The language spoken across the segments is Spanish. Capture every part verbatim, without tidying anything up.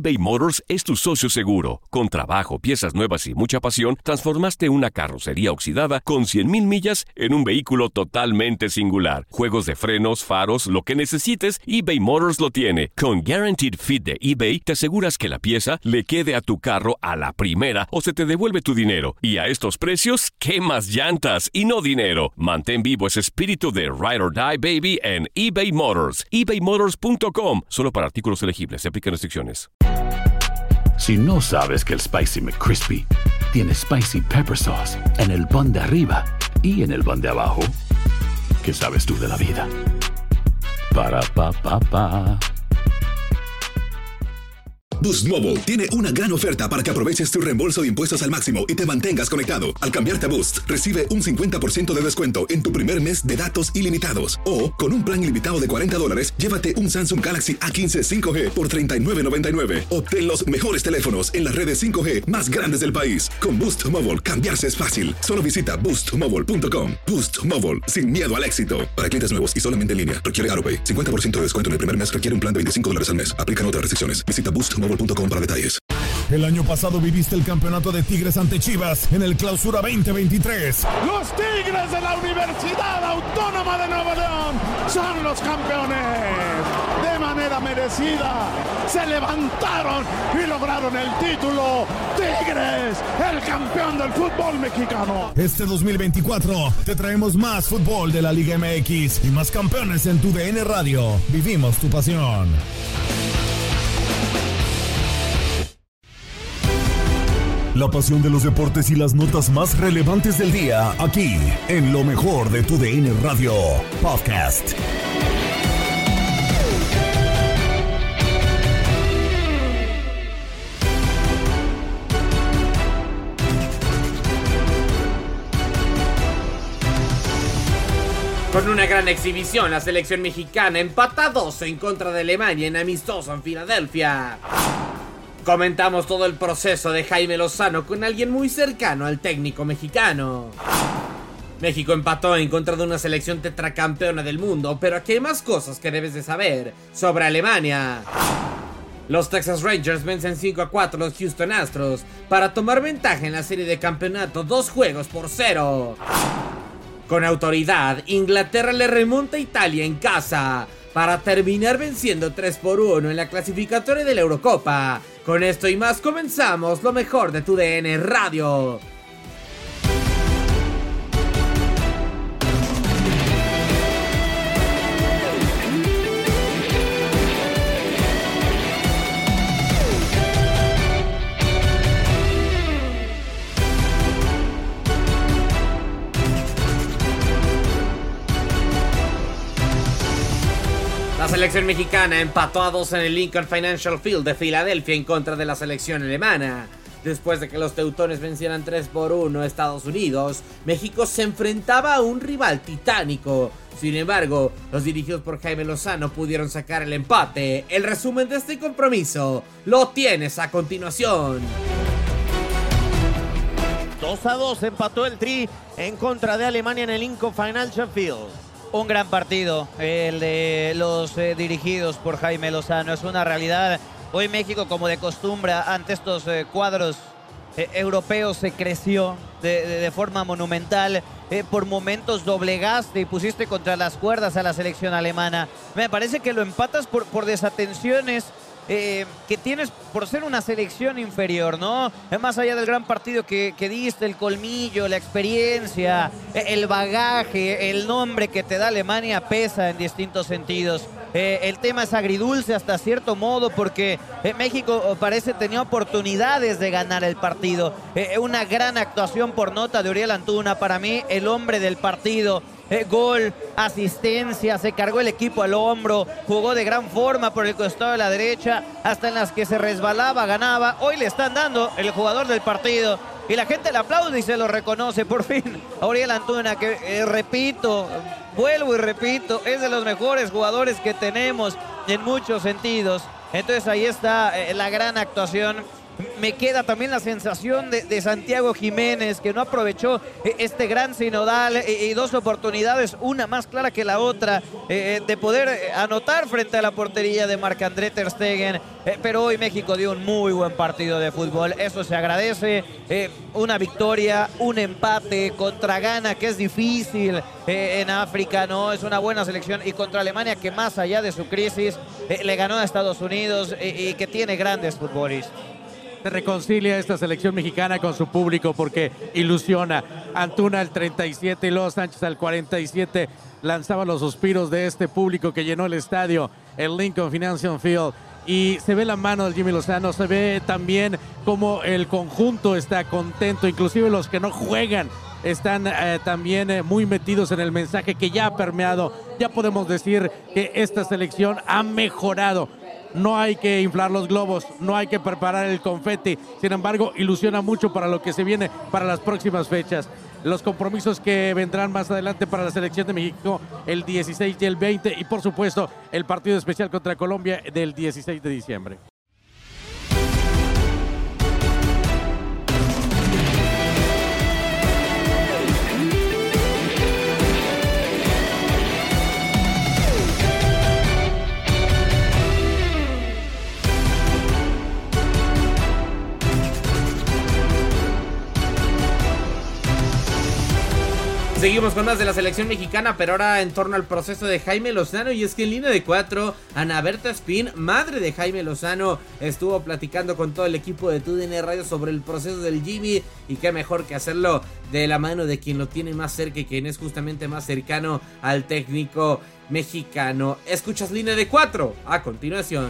eBay Motors es tu socio seguro. Con trabajo, piezas nuevas y mucha pasión, transformaste una carrocería oxidada con cien mil millas en un vehículo totalmente singular. Juegos de frenos, faros, lo que necesites, eBay Motors lo tiene. Con Guaranteed Fit de eBay, te aseguras que la pieza le quede a tu carro a la primera o se te devuelve tu dinero. Y a estos precios, ¿qué más llantas y no dinero? Mantén vivo ese espíritu de Ride or Die, baby, en eBay Motors. ebay motors punto com. Solo para artículos elegibles. Se aplican restricciones. Si no sabes que el Spicy McCrispy tiene Spicy Pepper Sauce en el pan de arriba y en el pan de abajo, ¿qué sabes tú de la vida? Para, pa, pa, pa. Boost Mobile tiene una gran oferta para que aproveches tu reembolso de impuestos al máximo y te mantengas conectado. Al cambiarte a Boost, recibe un cincuenta por ciento de descuento en tu primer mes de datos ilimitados. O, con un plan ilimitado de cuarenta dólares, llévate un Samsung Galaxy A quince cinco G por treinta y nueve noventa y nueve. Obtén los mejores teléfonos en las redes cinco G más grandes del país. Con Boost Mobile, cambiarse es fácil. Solo visita boost mobile punto com. Boost Mobile, sin miedo al éxito. Para clientes nuevos y solamente en línea, requiere AutoPay. cincuenta por ciento de descuento en el primer mes, requiere un plan de veinticinco dólares al mes. Aplican otras restricciones. Visita boost mobile punto com para detalles. El año pasado viviste el campeonato de Tigres ante Chivas en el Clausura veinte veintitrés. Los Tigres de la Universidad Autónoma de Nuevo León son los campeones. De manera merecida se levantaron y lograron el título. Tigres, el campeón del fútbol mexicano. Este dos mil veinticuatro te traemos más fútbol de la Liga M X y más campeones en tu D N Radio. Vivimos tu pasión. La pasión de los deportes y las notas más relevantes del día, aquí, en lo mejor de tu D N Radio Podcast. Con una gran exhibición, la selección mexicana empata dos en contra de Alemania en amistoso en Filadelfia. Comentamos todo el proceso de Jaime Lozano con alguien muy cercano al técnico mexicano. México empató en contra de una selección tetracampeona del mundo, pero aquí hay más cosas que debes de saber sobre Alemania. Los Texas Rangers vencen cinco a cuatro a los Houston Astros para tomar ventaja en la serie de campeonato dos juegos por cero. Con autoridad, Inglaterra le remonta a Italia en casa para terminar venciendo tres por uno en la clasificatoria de la Eurocopa. Con esto y más comenzamos lo mejor de tu D N Radio. La selección mexicana empató a dos en el Lincoln Financial Field de Filadelfia en contra de la selección alemana. Después de que los teutones vencieran tres por uno a Estados Unidos, México se enfrentaba a un rival titánico. Sin embargo, los dirigidos por Jaime Lozano pudieron sacar el empate. El resumen de este compromiso lo tienes a continuación. dos a dos empató el Tri en contra de Alemania en el Lincoln Financial Field. Un gran partido, el de los eh, dirigidos por Jaime Lozano. Es una realidad. Hoy México, como de costumbre, ante estos eh, cuadros eh, europeos, se creció de, de, de forma monumental. Eh, por momentos doblegaste y pusiste contra las cuerdas a la selección alemana. Me parece que lo empatas por, por desatenciones eh, que tienes por ser una selección inferior, ¿no? Más allá del gran partido que, que diste, el colmillo, la experiencia, el bagaje, el nombre que te da Alemania pesa en distintos sentidos. Eh, el tema es agridulce hasta cierto modo porque eh, México parece tenía oportunidades de ganar el partido. Eh, una gran actuación por nota de Uriel Antuna, para mí el hombre del partido. Eh, gol, asistencia, se cargó el equipo al hombro, jugó de gran forma por el costado de la derecha, hasta en las que se resbalaba, ganaba. Hoy le están dando el jugador del partido y la gente le aplaude y se lo reconoce por fin a Uriel Antuna, que eh, repito, vuelvo y repito, es de los mejores jugadores que tenemos en muchos sentidos. Entonces ahí está eh, la gran actuación Me queda también la sensación de, de Santiago Jiménez, que no aprovechó este gran sinodal y, y dos oportunidades, una más clara que la otra, eh, de poder anotar frente a la portería de Marc-André ter Stegen. Eh, pero hoy México dio un muy buen partido de fútbol, eso se agradece. Eh, una victoria, un empate contra Ghana, que es difícil eh, en África, ¿no? Es una buena selección, y contra Alemania, que más allá de su crisis eh, le ganó a Estados Unidos eh, y que tiene grandes futbolistas. Se reconcilia esta selección mexicana con su público porque ilusiona. Antuna al treinta y siete y luego Sánchez al cuarenta y siete lanzaba los suspiros de este público que llenó el estadio, el Lincoln Financial Field. Y se ve la mano del Jimmy Lozano, se ve también cómo el conjunto está contento, inclusive los que no juegan están eh, también eh, muy metidos en el mensaje que ya ha permeado. Ya podemos decir que esta selección ha mejorado. No hay que inflar los globos, no hay que preparar el confeti. Sin embargo, ilusiona mucho para lo que se viene para las próximas fechas. Los compromisos que vendrán más adelante para la selección de México el dieciséis y el veinte, y por supuesto el partido especial contra Colombia del dieciséis de diciembre. Seguimos con más de la selección mexicana, pero ahora en torno al proceso de Jaime Lozano. Y es que en línea de cuatro, Ana Berta Espín, madre de Jaime Lozano, estuvo platicando con todo el equipo de T U D N Radio sobre el proceso del Jimmy. Y qué mejor que hacerlo de la mano de quien lo tiene más cerca y quien es justamente más cercano al técnico mexicano. Escuchas línea de cuatro a continuación.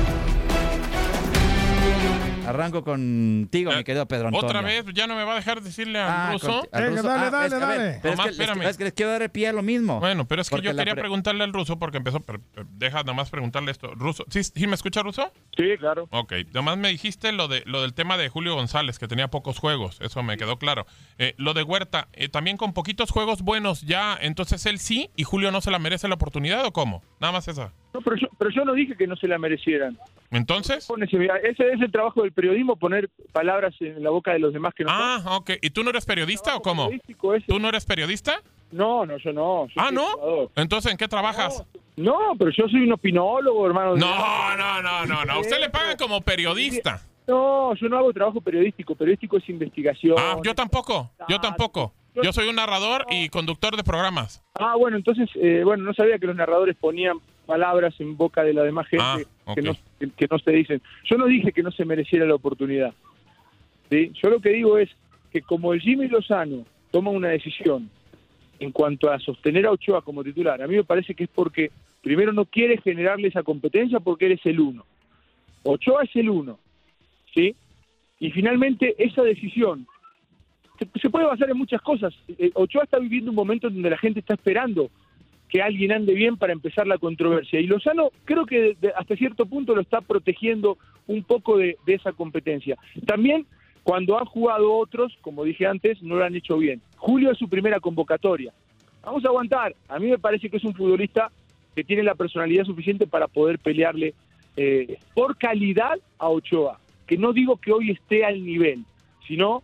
Arranco contigo, mi querido Pedro Antonio. ¿Otra vez? ¿Ya no me va a dejar decirle al ah, ruso? Al ruso. Dale, ah, dale, es que, dale. Ver, pero Nomás, es, que, espérame. es que les quiero dar el pie a lo mismo. Bueno, pero es que yo quería pre... preguntarle al ruso porque empezó... Pero, deja nomás preguntarle esto. Ruso, ¿sí, ¿sí me escucha, ruso? Sí, claro. Ok, nomás me dijiste lo de lo del tema de Julio González, que tenía pocos juegos. Eso me quedó claro. Eh, lo de Huerta, eh, también con poquitos juegos buenos ya, entonces él sí y Julio no se la merece la oportunidad, ¿o cómo? Nada más esa. No, pero yo, pero yo no dije que no se la merecieran. ¿Entonces? Ese es el trabajo del periodismo, poner palabras en la boca de los demás que no Ah, son. Ok. ¿Y tú no eres periodista o cómo? ¿Tú no eres periodista? No, no, yo no. Yo ah, ¿no? Jugador. Entonces, ¿en qué trabajas? No, no, pero yo soy un opinólogo, hermano. No, no, no, no, no. Usted le pagan como periodista. No, yo no hago trabajo periodístico. Periodístico es investigación. Ah, yo tampoco. Yo tampoco. Yo soy un narrador y conductor de programas. Ah, bueno, entonces, eh, bueno, no sabía que los narradores ponían palabras en boca de la demás gente ah, okay. que, no, que, que no se dicen. Yo no dije que no se mereciera la oportunidad. ¿Sí? Yo lo que digo es que como el Jimmy Lozano toma una decisión en cuanto a sostener a Ochoa como titular, a mí me parece que es porque primero no quiere generarle esa competencia porque él es el uno. Ochoa es el uno, ¿sí? Y finalmente esa decisión se, se puede basar en muchas cosas. Ochoa está viviendo un momento en donde la gente está esperando que alguien ande bien para empezar la controversia. Y Lozano creo que de, de, hasta cierto punto lo está protegiendo un poco de, de esa competencia. También cuando han jugado otros, como dije antes, no lo han hecho bien. Julio es su primera convocatoria. Vamos a aguantar. A mí me parece que es un futbolista que tiene la personalidad suficiente para poder pelearle eh, por calidad a Ochoa. Que no digo que hoy esté al nivel, sino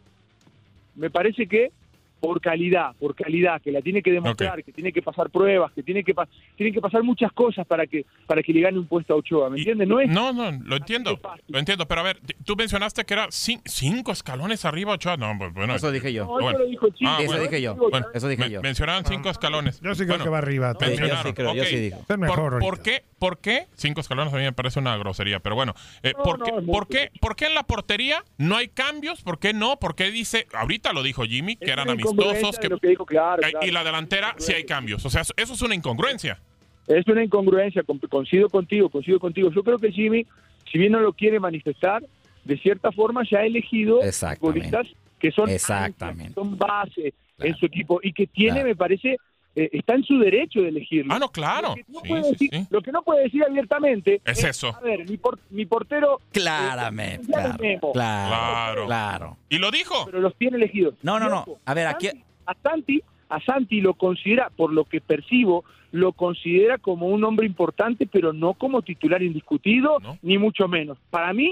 me parece que por calidad, por calidad, que la tiene que demostrar, okay. que tiene que pasar pruebas, que tiene que pa- tienen que pasar muchas cosas para que para que le gane un puesto a Ochoa, ¿me entiendes? No es No, no, lo entiendo, lo entiendo, pero a ver, tú mencionaste que era c- cinco escalones arriba Ochoa, no, pues bueno. Eso dije yo. No, eso lo dijo Chico. Ah, eso bueno. dije yo. Bueno, eso dije me- yo. Mencionaron cinco escalones. Yo sí creo bueno, que va arriba. Sí, yo sí creo, okay. yo sí digo. Es mejor ¿Por, ¿Por qué? ¿Por qué? Cinco escalones a mí me parece una grosería, pero bueno. Eh, No, ¿por, no, qué, es ¿por, mucho. qué, ¿Por qué en la portería no hay cambios? ¿Por qué no? ¿Por qué dice, ahorita lo dijo Jimmy, que Es eran una incongruencia amistosos, de que, lo que dijo, claro, y claro. la delantera sí hay cambios? O sea, eso, eso es una incongruencia. Es una incongruencia, con- coincido contigo, coincido contigo. Yo creo que Jimmy, si bien no lo quiere manifestar, de cierta forma ya ha elegido Exactamente. futbolistas que son Exactamente. anclas, que son base Claro. en su equipo y que tiene, Claro. me parece, eh, está en su derecho de elegirlo. Ah, no, claro. Lo que no, Sí, puede sí, decir, sí. lo que no puede decir abiertamente Es eso. A ver, mi, por- mi portero... Claramente, eh, ya claro, lo memo, claro, Claro. claro. Y lo dijo. pero los tiene elegidos. No, no, no. Ojo, A ver, aquí... Santi- a Santi, a Santi lo considera, por lo que percibo, lo considera como un hombre importante, pero no como titular indiscutido, No. ni mucho menos. Para mí,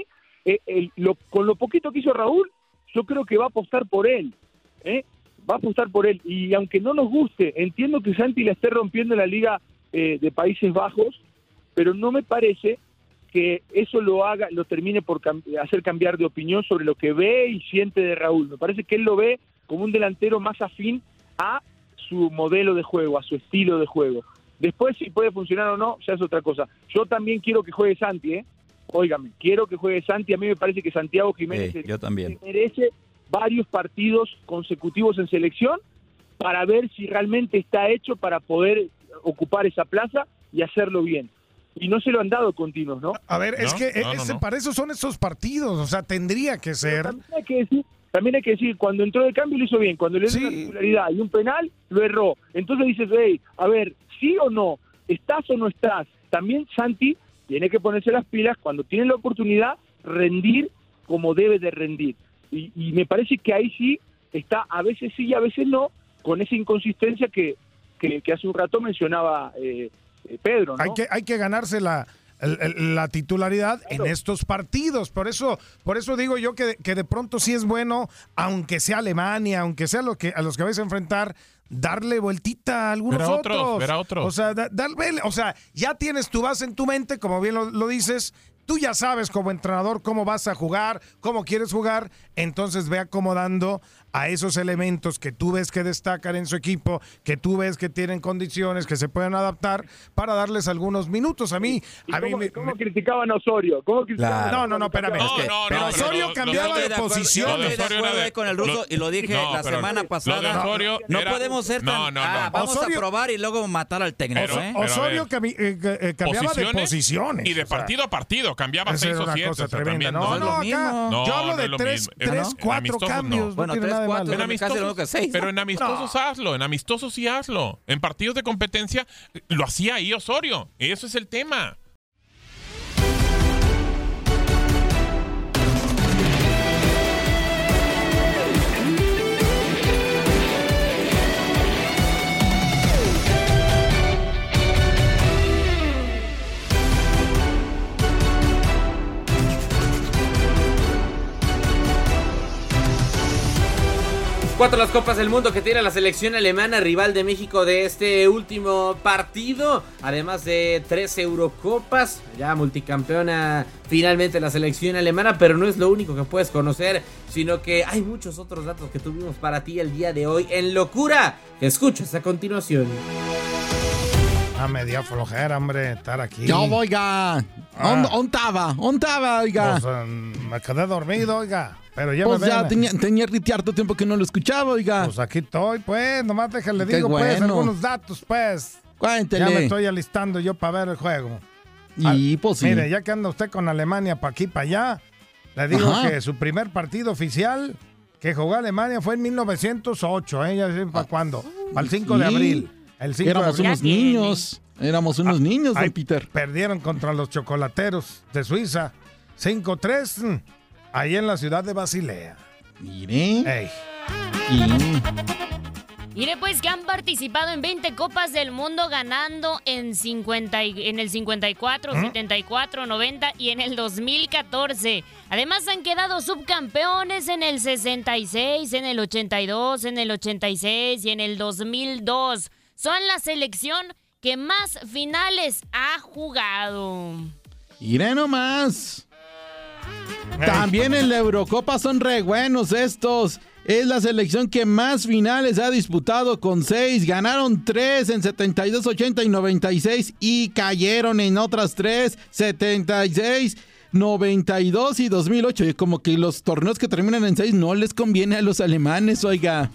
eh, el, lo, con lo poquito que hizo Raúl, yo creo que va a apostar por él, ¿eh? va a apostar por él, y aunque no nos guste, entiendo que Santi la esté rompiendo en la Liga eh, de Países Bajos, pero no me parece que eso lo haga, lo termine por cam- hacer cambiar de opinión sobre lo que ve y siente de Raúl. Me parece que él lo ve como un delantero más afín a su modelo de juego, a su estilo de juego. Después, si puede funcionar o no, ya es otra cosa. Yo también quiero que juegue Santi, ¿eh? Óigame, quiero que juegue Santi. A mí me parece que Santiago Jiménez Sí, yo también. merece varios partidos consecutivos en selección para ver si realmente está hecho para poder ocupar esa plaza y hacerlo bien. Y no se lo han dado continuos, ¿no? A ver, es No, que no, no, ese, no. para eso son estos partidos, o sea, tendría que ser. También hay que decir, también hay que decir, cuando entró de cambio lo hizo bien, cuando le dio una titularidad y un penal, lo erró. Entonces dices, hey, a ver, ¿sí o no? ¿Estás o no estás? También Santi tiene que ponerse las pilas cuando tiene la oportunidad, rendir como debe de rendir. Y, y me parece que ahí sí está, a veces sí y a veces no, con esa inconsistencia que, que, que hace un rato mencionaba eh, eh, Pedro, ¿no? Hay que, hay que ganarse la, el- el- la titularidad en estos partidos. Por eso, por eso digo yo que, que de pronto sí es bueno, aunque sea Alemania, aunque sea lo que, a los que vais a enfrentar, darle vueltita a algunos Ver a otros, otros. ver a otros. O sea, da- darle- o sea, ya tienes tu base en tu mente, como bien lo, lo dices. Tú ya sabes como entrenador cómo vas a jugar, cómo quieres jugar, entonces ve acomodando a esos elementos que tú ves que destacan en su equipo, que tú ves que tienen condiciones, que se pueden adaptar para darles algunos minutos. A mí, ¿Y a mí cómo, me, cómo criticaban a Osorio? ¿Cómo criticaban Claro. a No, no, no, espérame. No, Es que- no, pero no, Osorio lo- cambiaba lo- de lo- lo- posición. lo de Estoy de Osorio acuerdo era ahí con el ruso lo- y lo dije no, la pero semana lo pasada. de Osorio no era- podemos ser tan... No, no, ah, no. vamos Osorio- a probar y luego matar al técnico, Pero- ¿eh? pero a Osorio ver, cami- eh, eh, cambiaba de posiciones. Y de o sea, partido a partido, cambiaba esa seis era o una siete. cosa o sea, tremenda. también, No, no, acá No, yo hablo no de es lo tres, mismo. En- tres, en cuatro amistosos cambios. no. No Bueno, tiene tres, nada de cuatro, malo. En casi lo amistosos, mismo que seis, ¿no? pero en amistosos hazlo, en amistosos sí hazlo. En partidos de competencia lo hacía ahí Osorio. Eso es el tema. Cuatro las copas del mundo que tiene la selección alemana, rival de México de este último partido. Además de tres Eurocopas, ya multicampeona finalmente la selección alemana. Pero no es lo único que puedes conocer, sino que hay muchos otros datos que tuvimos para ti el día de hoy en Locura, que escuchas a continuación. Ah, media flojera, hombre, estar aquí. Ya, oiga. Ah. ¿Dónde dónde estaba? ¿Dónde estaba, oiga? Pues, eh, me quedé dormido, oiga. Pero ya Pues me ya ven. tenía, tenía harto tiempo que no lo escuchaba, oiga. Pues aquí estoy, pues. Nomás déjale Qué digo, pues, bueno. algunos datos, pues. Cuéntele. Ya me estoy alistando yo para ver el juego. Y pues sí. Mire, ya que anda usted con Alemania para aquí, para allá, le digo Ajá. que su primer partido oficial que jugó Alemania fue en mil novecientos ocho, ¿eh? Ya sé para cuándo. Para el cinco de Sí. abril. El cinco Éramos de abril. unos niños. Éramos unos niños, Ay, don Peter. Perdieron contra los chocolateros de Suiza. cinco tres. mm, Ahí en la ciudad de Basilea. Mire. Ey. Mire pues que han participado en veinte Copas del Mundo ganando en, cincuenta y- en el cincuenta y cuatro, ¿Mm? setenta y cuatro, noventa y en el dos mil catorce. Además han quedado subcampeones en el sesenta y seis, en el ochenta y dos, en el ochenta y seis y en el dos mil dos. Son la selección que más finales ha jugado. Mire nomás. También en la Eurocopa son re buenos estos. Es la selección que más finales ha disputado con seis. Ganaron tres en setenta y dos, ochenta y noventa y seis y cayeron en otras tres, setenta y seis, noventa y dos y dos mil ocho. Y como que los torneos que terminan en seis no les conviene a los alemanes, oiga.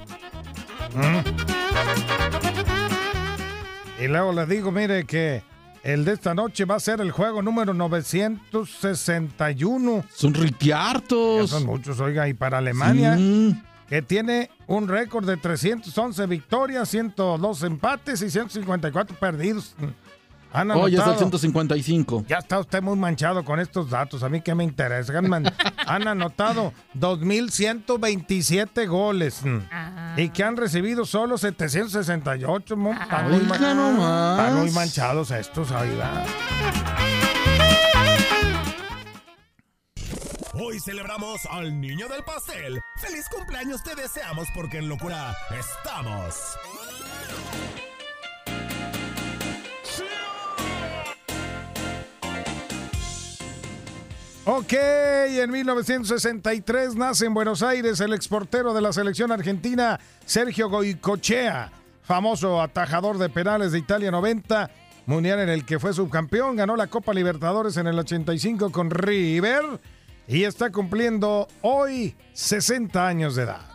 Y luego les digo, mire, que el de esta noche va a ser el juego número novecientos sesenta y uno. Son ritiartos. Son muchos, oiga, y para Alemania, Sí. que tiene un récord de trescientas once victorias, ciento dos empates y ciento cincuenta y cuatro perdidos. Han Oh, ya es el anotado- ciento cincuenta y cinco. Ya está usted muy manchado con estos datos. A mí que me interesa. Han, man- han anotado dos mil ciento veintisiete goles. mm, Y que han recibido solo setecientos sesenta y ocho. mo- Están muy, Oiga man- nomás. están muy manchados estos, oiga. Hoy celebramos al niño del pastel. ¡Feliz cumpleaños te deseamos porque en locura estamos! Ok, en mil novecientos sesenta y tres nace en Buenos Aires el exportero de la selección argentina, Sergio Goycochea, famoso atajador de penales de Italia noventa, mundial en el que fue subcampeón, ganó la Copa Libertadores en el ochenta y cinco con River y está cumpliendo hoy sesenta años de edad.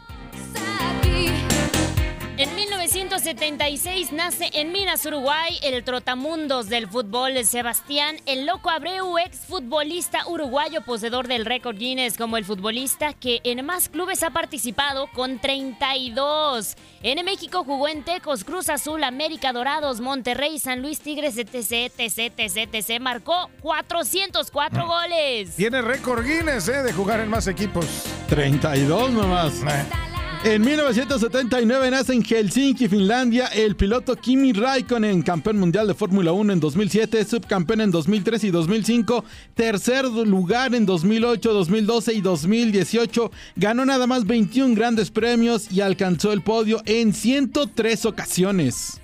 En mil novecientos setenta y seis nace en Minas, Uruguay, el trotamundos del fútbol, Sebastián El Loco Abreu, exfutbolista uruguayo, poseedor del récord Guinness como el futbolista que en más clubes ha participado con treinta y dos. En México jugó en Tecos, Cruz Azul, América, Dorados, Monterrey, San Luis, Tigres, etc, etc, etc, etc. Marcó cuatrocientos cuatro goles. Tiene récord Guinness eh, de jugar en más equipos. treinta y dos nomás. Eh. En mil novecientos setenta y nueve nace en Helsinki, Finlandia, el piloto Kimi Räikkönen, campeón mundial de Fórmula uno en dos mil siete, subcampeón en dos mil tres y dos mil cinco, tercer lugar en dos mil ocho, dos mil doce y dos mil dieciocho, ganó nada más veintiún grandes premios y alcanzó el podio en ciento tres ocasiones.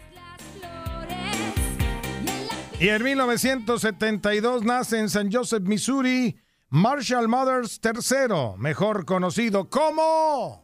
Y en mil novecientos setenta y dos nace en San Joseph, Missouri, Marshall Mathers tercero, mejor conocido como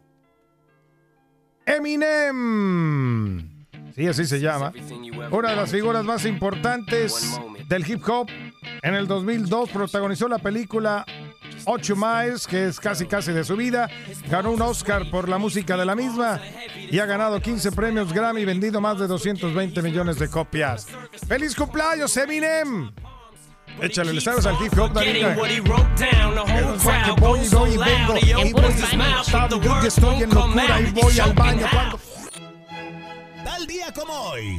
Eminem. Sí, así se llama. Una de las figuras más importantes del hip hop. En el dos mil dos protagonizó la película Ocho Miles, que es casi casi de su vida. Ganó un Oscar por la música de la misma y ha ganado quince premios Grammy y vendido más de doscientos veinte millones de copias. ¡Feliz cumpleaños, Eminem! Échale, ¿le sabes al hip hop, David? Voy y voy y vengo y voy desmontado. Yo que estoy en locura y voy al baño cuando... Tal día como hoy.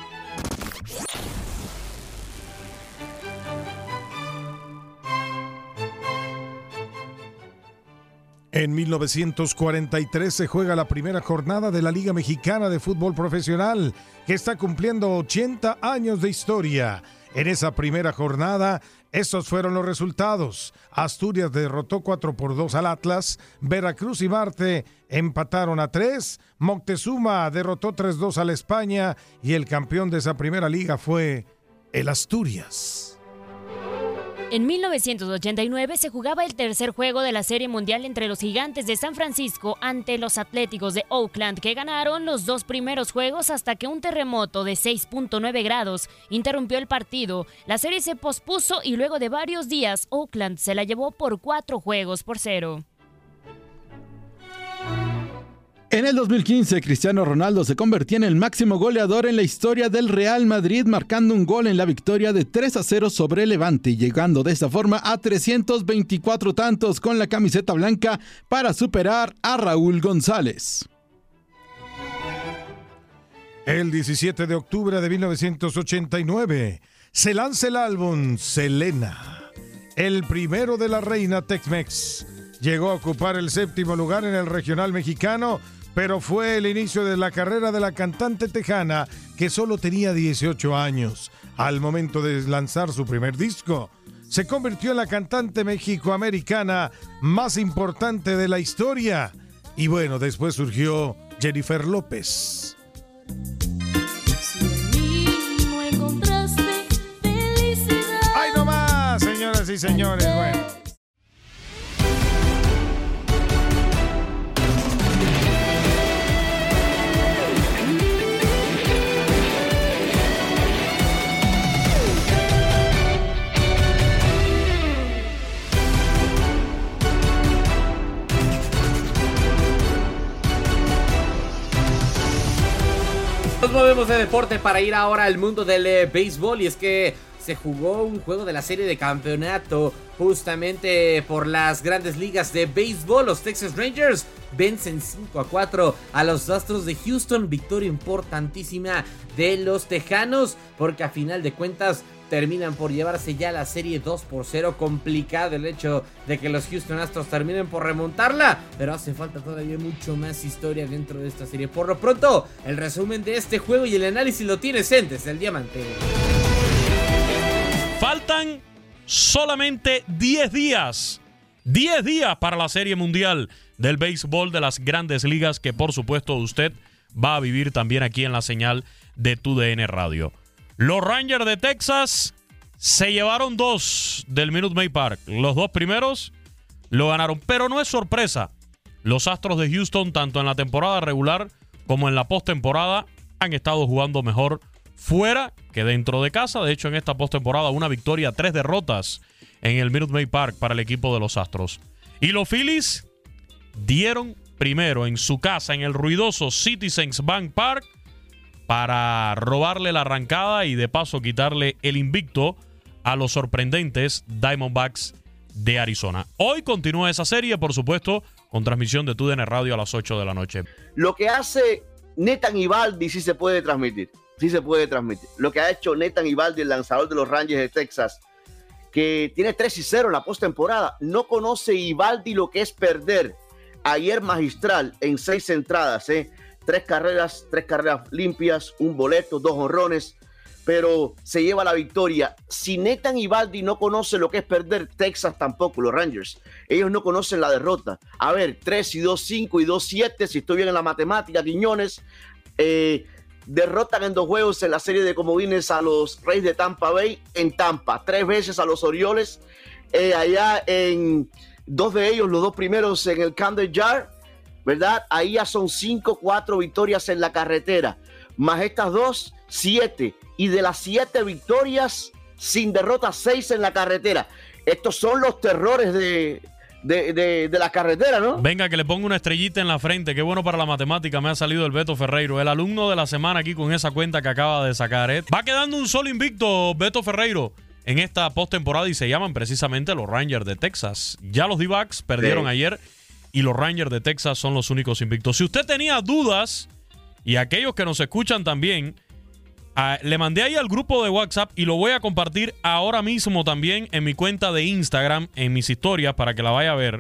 En mil novecientos cuarenta y tres se juega la primera jornada de la Liga Mexicana de Fútbol Profesional, que está cumpliendo ochenta años de historia. En esa primera jornada, estos fueron los resultados. Asturias derrotó cuatro por dos al Atlas, Veracruz y Marte empataron a tres, Moctezuma derrotó tres dos al España y el campeón de esa primera liga fue el Asturias. En mil novecientos ochenta y nueve se jugaba el tercer juego de la Serie Mundial entre los Gigantes de San Francisco ante los Atléticos de Oakland, que ganaron los dos primeros juegos hasta que un terremoto de seis punto nueve grados interrumpió el partido. La serie se pospuso y luego de varios días Oakland se la llevó por cuatro juegos por cero. En el dos mil quince, Cristiano Ronaldo se convirtió en el máximo goleador en la historia del Real Madrid, marcando un gol en la victoria de tres a cero sobre Levante, llegando de esta forma a trescientos veinticuatro tantos con la camiseta blanca para superar a Raúl González. El diecisiete de octubre de mil novecientos ochenta y nueve se lanza el álbum Selena, el primero de la reina Tex-Mex. Llegó a ocupar el séptimo lugar en el regional mexicano, pero fue el inicio de la carrera de la cantante tejana, que solo tenía dieciocho años. Al momento de lanzar su primer disco, se convirtió en la cantante mexicoamericana más importante de la historia. Y bueno, después surgió Jennifer López. ¡Ay, no más, señoras y señores! Bueno. Nos movemos de deporte para ir ahora al mundo del eh, béisbol, y es que se jugó un juego de la serie de campeonato justamente por las grandes ligas de béisbol. Los Texas Rangers vencen cinco a cuatro a los Astros de Houston, victoria importantísima de los tejanos, porque a final de cuentas terminan por llevarse ya la serie dos por cero. Complicado el hecho de que los Houston Astros terminen por remontarla, pero hace falta todavía mucho más historia dentro de esta serie. Por lo pronto, el resumen de este juego y el análisis lo tiene Centes del Diamante. Faltan solamente diez días diez días para la Serie Mundial del béisbol de las Grandes Ligas, que por supuesto usted va a vivir también aquí en la señal de Tu D N Radio. Los Rangers de Texas se llevaron dos del Minute Maid Park. Los dos primeros lo ganaron, pero no es sorpresa. Los Astros de Houston, tanto en la temporada regular como en la postemporada, han estado jugando mejor fuera que dentro de casa. De hecho, en esta postemporada, una victoria, tres derrotas en el Minute Maid Park para el equipo de los Astros. Y los Phillies dieron primero en su casa, en el ruidoso Citizens Bank Park, para robarle la arrancada y de paso quitarle el invicto a los sorprendentes Diamondbacks de Arizona. Hoy continúa esa serie, por supuesto, con transmisión de Tu D N Radio a las ocho de la noche. Lo que hace Nathan Eovaldi sí se puede transmitir. Sí se puede transmitir. Lo que ha hecho Nathan Eovaldi, el lanzador de los Rangers de Texas, que tiene tres y cero en la postemporada. No conoce Eovaldi lo que es perder. Ayer magistral en seis entradas, ¿eh? Tres carreras, tres carreras limpias, un boleto, dos jonrones, pero se lleva la victoria. Si Nathan Eovaldi no conoce lo que es perder, Texas tampoco, los Rangers. Ellos no conocen la derrota. A ver, tres y dos, cinco y dos, siete, si estoy bien en la matemática, Quiñones, eh, derrotan en dos juegos en la serie de comodines a los Rays de Tampa Bay en Tampa, tres veces a los Orioles, eh, allá en dos de ellos, los dos primeros en el Camden Yard, ¿verdad? Ahí ya son cinco, cuatro victorias en la carretera, más estas dos, siete, y de las siete victorias sin derrota, seis en la carretera. Estos son los terrores de, de, de, de la carretera, ¿no? Venga, que le pongo una estrellita en la frente. Qué bueno para la matemática me ha salido el Beto Ferreiro, el alumno de la semana aquí con esa cuenta que acaba de sacar, ¿eh? Va quedando un solo invicto Beto Ferreiro en esta postemporada y se llaman precisamente los Rangers de Texas. Ya los D-backs perdieron sí. ayer y los Rangers de Texas son los únicos invictos. Si usted tenía dudas, y aquellos que nos escuchan también, uh, le mandé ahí al grupo de WhatsApp y lo voy a compartir ahora mismo también en mi cuenta de Instagram, en mis historias, para que la vaya a ver.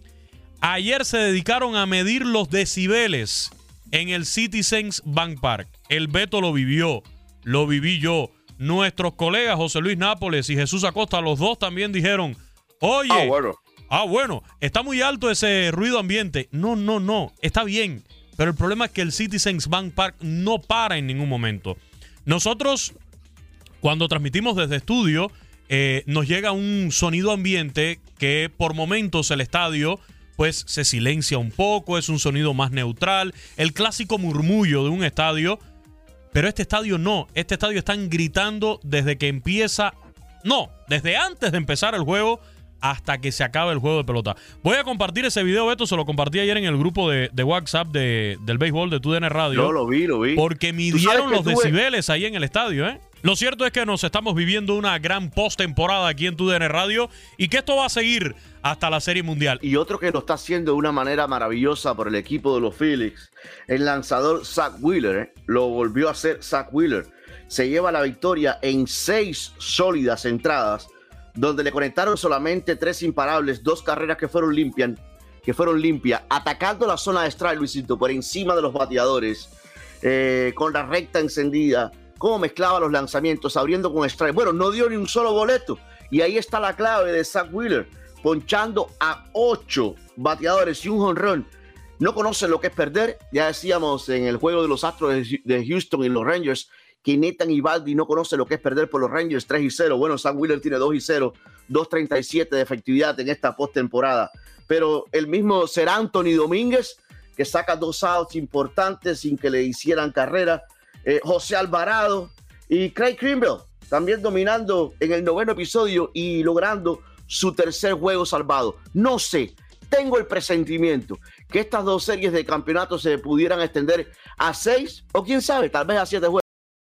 Ayer se dedicaron a medir los decibeles en el Citizens Bank Park. El Beto lo vivió, lo viví yo. Nuestros colegas José Luis Nápoles y Jesús Acosta, los dos también dijeron, oye, ah, bueno. ah, bueno, está muy alto ese ruido ambiente. No, no, no, está bien. Pero el problema es que el Citizens Bank Park no para en ningún momento. Nosotros, cuando transmitimos desde estudio, eh, nos llega un sonido ambiente que por momentos el estadio pues se silencia un poco, es un sonido más neutral, el clásico murmullo de un estadio. Pero este estadio no, este estadio están gritando desde que empieza, no, desde antes de empezar el juego hasta que se acabe el juego de pelota. Voy a compartir ese video, Beto, se lo compartí ayer en el grupo de, de WhatsApp de, del béisbol de Tu D N Radio. No, lo vi, lo vi. Porque midieron los tuve... decibeles ahí en el estadio, ¿eh? Lo cierto es que nos estamos viviendo una gran postemporada aquí en Tu D N Radio y que esto va a seguir hasta la Serie Mundial. Y otro que lo está haciendo de una manera maravillosa por el equipo de los Phillies, el lanzador Zach Wheeler, ¿eh? Lo volvió a hacer Zach Wheeler. Se lleva la victoria en seis sólidas entradas, donde le conectaron solamente tres imparables, dos carreras que fueron limpias, que fueron limpias, atacando la zona de strike, Luisito, por encima de los bateadores, eh, con la recta encendida, cómo mezclaba los lanzamientos, abriendo con strike. Bueno, no dio ni un solo boleto, y ahí está la clave de Zach Wheeler, ponchando a ocho bateadores y un jonrón. No conocen lo que es perder. Ya decíamos en el juego de los Astros de Houston y los Rangers que Nathan Eovaldi no conoce lo que es perder por los Rangers tres y cero. Bueno, Zach Wheeler tiene dos y cero, dos treinta y siete de efectividad en esta postemporada. Pero el mismo Ser Anthony Domínguez, que saca dos outs importantes sin que le hicieran carrera. Eh, José Alvarado y Craig Kimbrel también dominando en el noveno episodio y logrando su tercer juego salvado. No sé, tengo el presentimiento que estas dos series de campeonato se pudieran extender a seis o quién sabe, tal vez a siete juegos.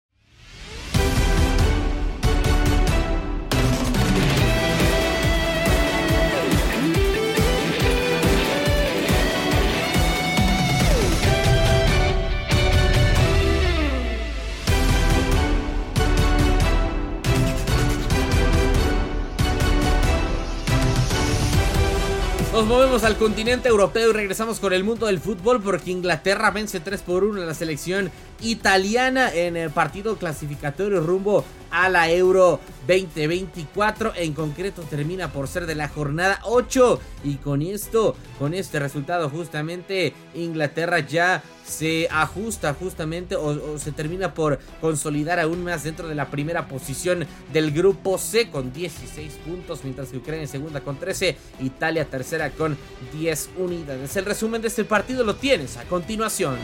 Nos movemos al continente europeo y regresamos con el mundo del fútbol porque Inglaterra vence tres por uno a la selección italiana en el partido clasificatorio rumbo a la Euro veinte veinticuatro. En concreto termina por ser de la jornada ocho. Y con esto, con este resultado justamente, Inglaterra ya se ajusta justamente o, o se termina por consolidar aún más dentro de la primera posición del grupo C con dieciséis puntos, mientras que Ucrania segunda con trece, Italia tercera con diez unidades. El resumen de este partido lo tienes a continuación.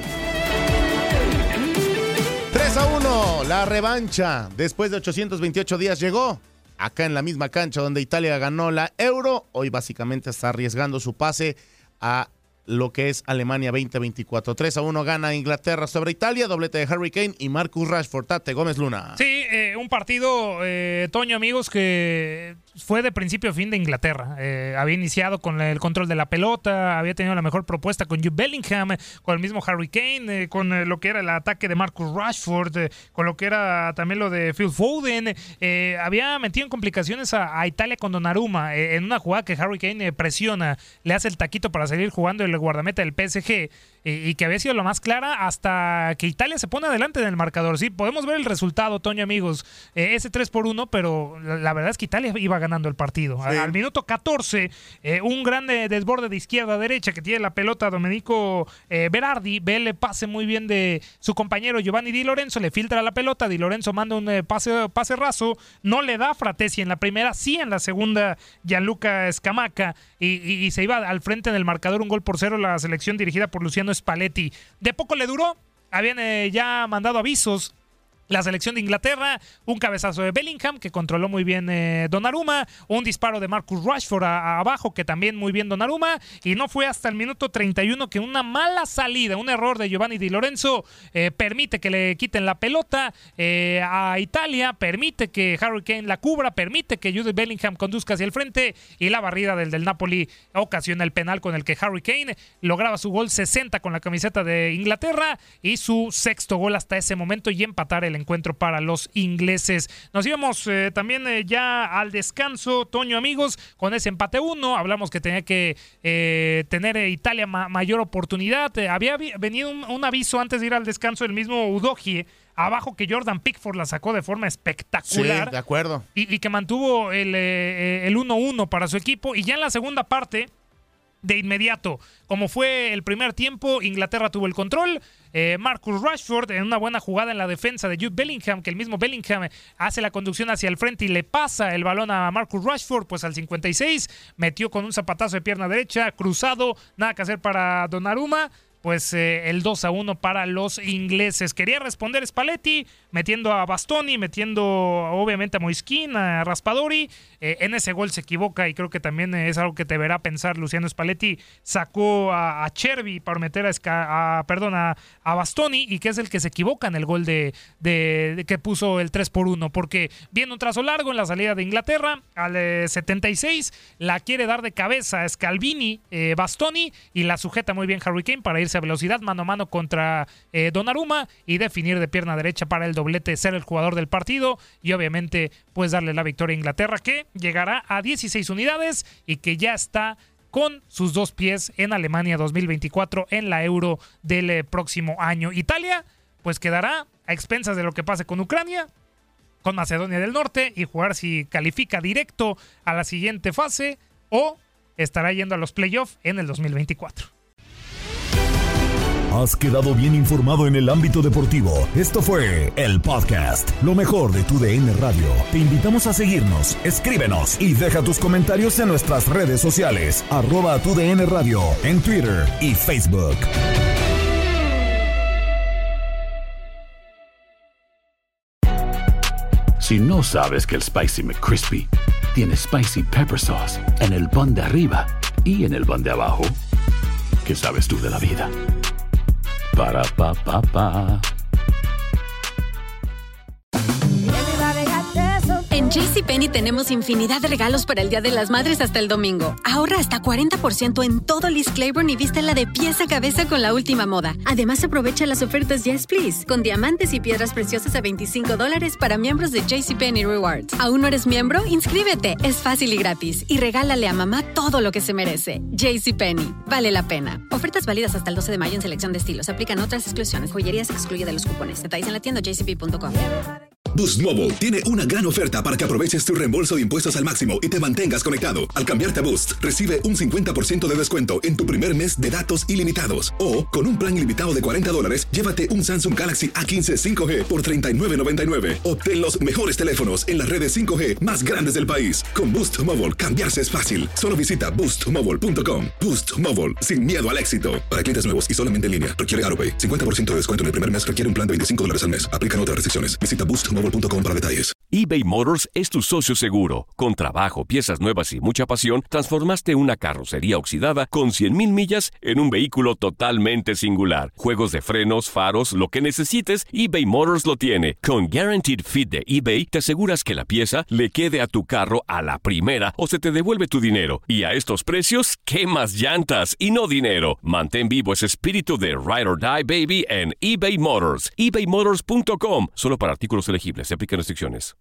tres a uno, la revancha después de ochocientos veintiocho días llegó acá en la misma cancha donde Italia ganó la Euro. Hoy básicamente está arriesgando su pase a lo que es Alemania veinte veinticuatro. tres a uno gana Inglaterra sobre Italia, doblete de Harry Kane y Marcus Rashford. Tate Gómez Luna. Sí, eh, un partido, eh, Toño, amigos, que fue de principio a fin de Inglaterra. Eh, había iniciado con el control de la pelota, había tenido la mejor propuesta con Jude Bellingham, con el mismo Harry Kane, eh, con eh, lo que era el ataque de Marcus Rashford, eh, con lo que era también lo de Phil Foden. Eh, había metido en complicaciones a, a Italia con Donnarumma, eh, en una jugada que Harry Kane eh, presiona, le hace el taquito para seguir jugando el guardameta del P S G, eh, y que había sido lo más clara hasta que Italia se pone adelante en el marcador. Sí, podemos ver el resultado, Toño, amigos, eh, ese tres por uno, pero la, la verdad es que Italia iba ganando el partido. Sí. Al, al minuto catorce, eh, un grande desborde de izquierda a derecha que tiene la pelota Domenico eh, Berardi, ve el pase muy bien de su compañero Giovanni Di Lorenzo, le filtra la pelota, Di Lorenzo manda un eh, pase, pase raso, no le da Fratesi en la primera, sí en la segunda Gianluca Scamacca, y, y, y se iba al frente en el marcador, un gol por cero la selección dirigida por Luciano Spalletti. De poco le duró, habían eh, ya mandado avisos la selección de Inglaterra, un cabezazo de Bellingham que controló muy bien eh, Donnarumma, un disparo de Marcus Rashford a, a abajo que también muy bien Donnarumma, y no fue hasta el minuto treinta y uno que una mala salida, un error de Giovanni Di Lorenzo eh, permite que le quiten la pelota eh, a Italia, permite que Harry Kane la cubra, permite que Jude Bellingham conduzca hacia el frente, y la barrida del, del Napoli ocasiona el penal con el que Harry Kane lograba su gol sesenta con la camiseta de Inglaterra y su sexto gol hasta ese momento, y empatar el encuentro para los ingleses. Nos íbamos eh, también eh, ya al descanso, Toño, amigos, con ese empate uno. Hablamos que tenía que eh, tener eh, Italia ma- mayor oportunidad. Eh, había vi- venido un, un aviso antes de ir al descanso del mismo Udogie abajo, que Jordan Pickford la sacó de forma espectacular. Sí, de acuerdo. Y, y que mantuvo el, eh, el uno uno para su equipo. Y ya en la segunda parte, de inmediato, como fue el primer tiempo, Inglaterra tuvo el control. Eh, Marcus Rashford en una buena jugada en la defensa de Jude Bellingham, que el mismo Bellingham hace la conducción hacia el frente y le pasa el balón a Marcus Rashford, pues al cincuenta y seis metió con un zapatazo de pierna derecha, cruzado, nada que hacer para Donnarumma. Pues eh, el dos a uno para los ingleses. Quería responder Spalletti, metiendo a Bastoni, metiendo obviamente a Moiskin, a Raspadori. Eh, en ese gol se equivoca, y creo que también es algo que te verá pensar Luciano Spalletti. Sacó a, a Chervi para meter a, a, perdón, a, a Bastoni, y que es el que se equivoca en el gol de, de, de que puso el tres por uno, porque viene un trazo largo en la salida de Inglaterra, al eh, setenta y seis la quiere dar de cabeza a Scalvini, eh, Bastoni, y la sujeta muy bien Harry Kane para irse a velocidad mano a mano contra eh, Donnarumma y definir de pierna derecha para el doblete, ser el jugador del partido y obviamente pues darle la victoria a Inglaterra, que llegará a dieciséis unidades y que ya está con sus dos pies en Alemania dos mil veinticuatro en la Euro del eh, próximo año. Italia pues quedará a expensas de lo que pase con Ucrania, con Macedonia del Norte, y jugar si califica directo a la siguiente fase o estará yendo a los playoffs en el dos mil veinticuatro. Has quedado bien informado en el ámbito deportivo. Esto fue el podcast, lo mejor de tu D N Radio. Te invitamos a seguirnos, escríbenos y deja tus comentarios en nuestras redes sociales, arroba tu D N Radio, en Twitter y Facebook. Si no sabes que el Spicy McCrispy tiene Spicy Pepper Sauce en el pan de arriba y en el pan de abajo, ¿qué sabes tú de la vida? Para, pa, pa, pa. En JCPenney tenemos infinidad de regalos para el Día de las Madres hasta el domingo. Ahorra hasta cuarenta por ciento en todo Liz Claiborne y vístela de pies a cabeza con la última moda. Además, aprovecha las ofertas Yes Please, con diamantes y piedras preciosas a veinticinco dólares para miembros de JCPenney Rewards. ¿Aún no eres miembro? ¡Inscríbete! Es fácil y gratis. Y regálale a mamá todo lo que se merece. JCPenney. Vale la pena. Ofertas válidas hasta el doce de mayo en selección de estilos. Aplican otras exclusiones. Joyería se excluye de los cupones. Detalles en la tienda j c p punto com. Boost Mobile tiene una gran oferta para que aproveches tu reembolso de impuestos al máximo y te mantengas conectado. Al cambiarte a Boost, recibe un cincuenta por ciento de descuento en tu primer mes de datos ilimitados. O, con un plan ilimitado de cuarenta dólares, llévate un Samsung Galaxy A quince cinco G por treinta y nueve noventa y nueve. Obtén los mejores teléfonos en las redes cinco G más grandes del país. Con Boost Mobile, cambiarse es fácil. Solo visita boost mobile punto com. Boost Mobile, sin miedo al éxito. Para clientes nuevos y solamente en línea, requiere AutoPay. cincuenta por ciento de descuento en el primer mes requiere un plan de veinticinco dólares al mes. Aplican otras restricciones. Visita boost mobile punto com para detalles. eBay Motors es tu socio seguro. Con trabajo, piezas nuevas y mucha pasión, transformaste una carrocería oxidada con cien mil millas en un vehículo totalmente singular. Juegos de frenos, faros, lo que necesites, eBay Motors lo tiene. Con Guaranteed Fit de eBay, te aseguras que la pieza le quede a tu carro a la primera o se te devuelve tu dinero. Y a estos precios, ¿qué más llantas y no dinero? Mantén vivo ese espíritu de Ride or Die, baby, en eBay Motors. ebay motors punto com. Solo para artículos elegibles. Se aplican restricciones.